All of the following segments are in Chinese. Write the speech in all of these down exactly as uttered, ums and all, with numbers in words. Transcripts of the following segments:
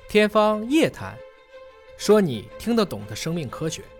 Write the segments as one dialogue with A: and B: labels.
A: 天方夜谭，说你听得懂的生命科学。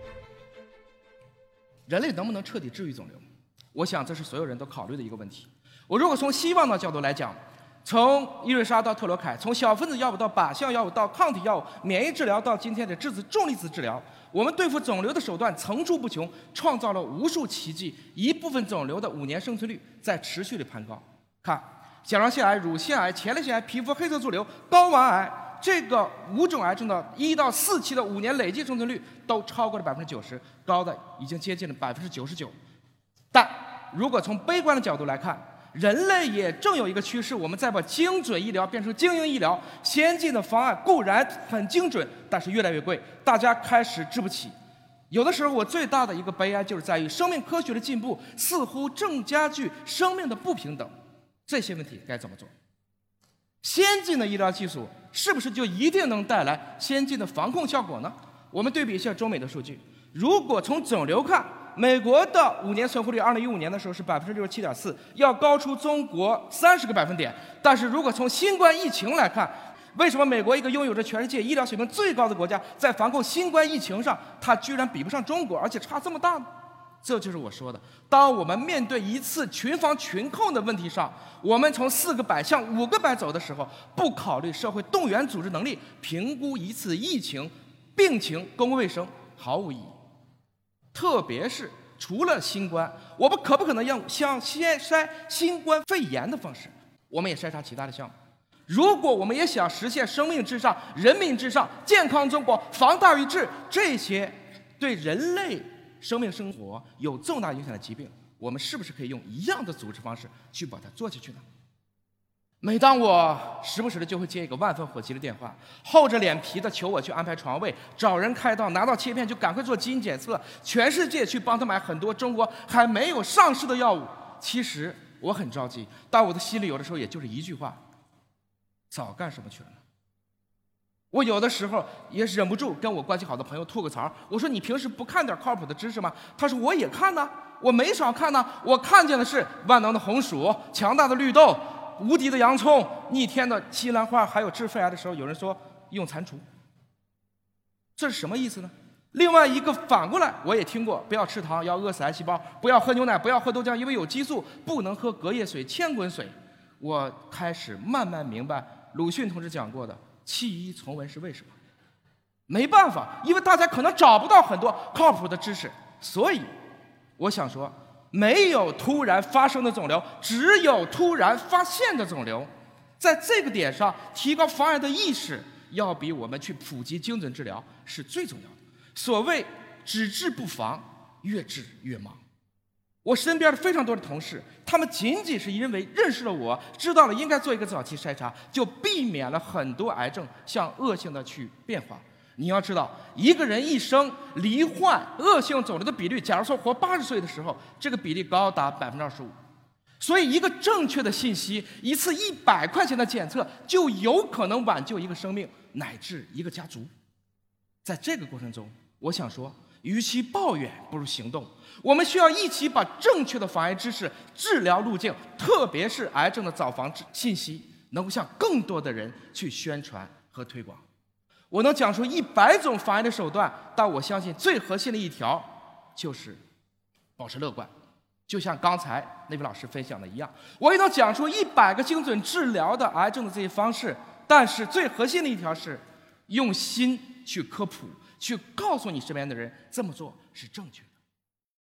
B: 人类能不能彻底治愈肿瘤？我想这是所有人都考虑的一个问题。我如果从希望的角度来讲，从伊瑞莎到特罗凯，从小分子药物到靶向药物到抗体药物、免疫治疗到今天的质子重离子治疗，我们对付肿瘤的手段层出不穷，创造了无数奇迹。一部分肿瘤的五年生存率在持续地攀高。看，甲状腺癌、乳腺癌、前列腺癌、皮肤黑色素瘤、睾丸癌，这个五种癌症的一到四期的五年累计生存率都超过了百分之九十，高的已经接近了百分之九十九。但如果从悲观的角度来看，人类也正有一个趋势，我们在把精准医疗变成精英医疗。先进的方案固然很精准，但是越来越贵，大家开始治不起。有的时候，我最大的一个悲哀就是在于生命科学的进步似乎正加剧生命的不平等。这些问题该怎么做？先进的医疗技术是不是就一定能带来先进的防控效果呢？我们对比一下中美的数据。如果从肿瘤看，美国的五年存活率，二零一五年的时候是百分之六十七点四，要高出中国三十个百分点。但是如果从新冠疫情来看，为什么美国一个拥有着全世界医疗水平最高的国家，在防控新冠疫情上，它居然比不上中国，而且差这么大呢？这就是我说的，当我们面对一次群防群控的问题上，我们从四个百向五个百走的时候，不考虑社会动员组织能力，评估一次疫情、病情、公共卫生毫无意义。特别是除了新冠，我们可不可能用像先筛新冠肺炎的方式，我们也筛查其他的项目？如果我们也想实现生命至上、人民至上、健康中国、防大于治这些对人类生命生活有重大影响的疾病，我们是不是可以用一样的组织方式去把它做下去呢？每当我时不时的就会接一个万分火急的电话，厚着脸皮的求我去安排床位，找人开刀，拿到切片就赶快做基因检测，全世界去帮他买很多中国还没有上市的药物。其实我很着急，但我的心里有的时候也就是一句话：早干什么去了呢？我有的时候也忍不住跟我关系好的朋友吐个槽，我说你平时不看点靠谱的知识吗？他说我也看呢，我没少看呢，我看见的是万能的红薯、强大的绿豆、无敌的洋葱、逆天的西兰花，还有治肺癌的时候有人说用蟾蜍，这是什么意思呢？另外一个反过来我也听过，不要吃糖要饿死癌细胞，不要喝牛奶，不要喝豆浆，因为有激素，不能喝隔夜水、千滚水。我开始慢慢明白鲁迅同志讲过的弃医从文是为什么。没办法，因为大家可能找不到很多靠谱的知识，所以我想说，没有突然发生的肿瘤，只有突然发现的肿瘤。在这个点上，提高防癌的意识，要比我们去普及精准治疗是最重要的。所谓只治不防，越治越忙。我身边的非常多的同事，他们仅仅是因为认识了我，知道了应该做一个早期筛查，就避免了很多癌症向恶性的去变化。你要知道，一个人一生罹患恶性肿瘤的比率，假如说活八十岁的时候，这个比例高达百分之二十五。所以，一个正确的信息，一次一百块钱的检测，就有可能挽救一个生命，乃至一个家族。在这个过程中，我想说，与其抱怨，不如行动。我们需要一起把正确的防癌知识、治疗路径，特别是癌症的早防信息，能够向更多的人去宣传和推广。我能讲出一百种防癌的手段，但我相信最核心的一条就是保持乐观。就像刚才那位老师分享的一样，我也能讲出一百个精准治疗的癌症的这些方式，但是最核心的一条是用心去科普，去告诉你身边的人这么做是正确的。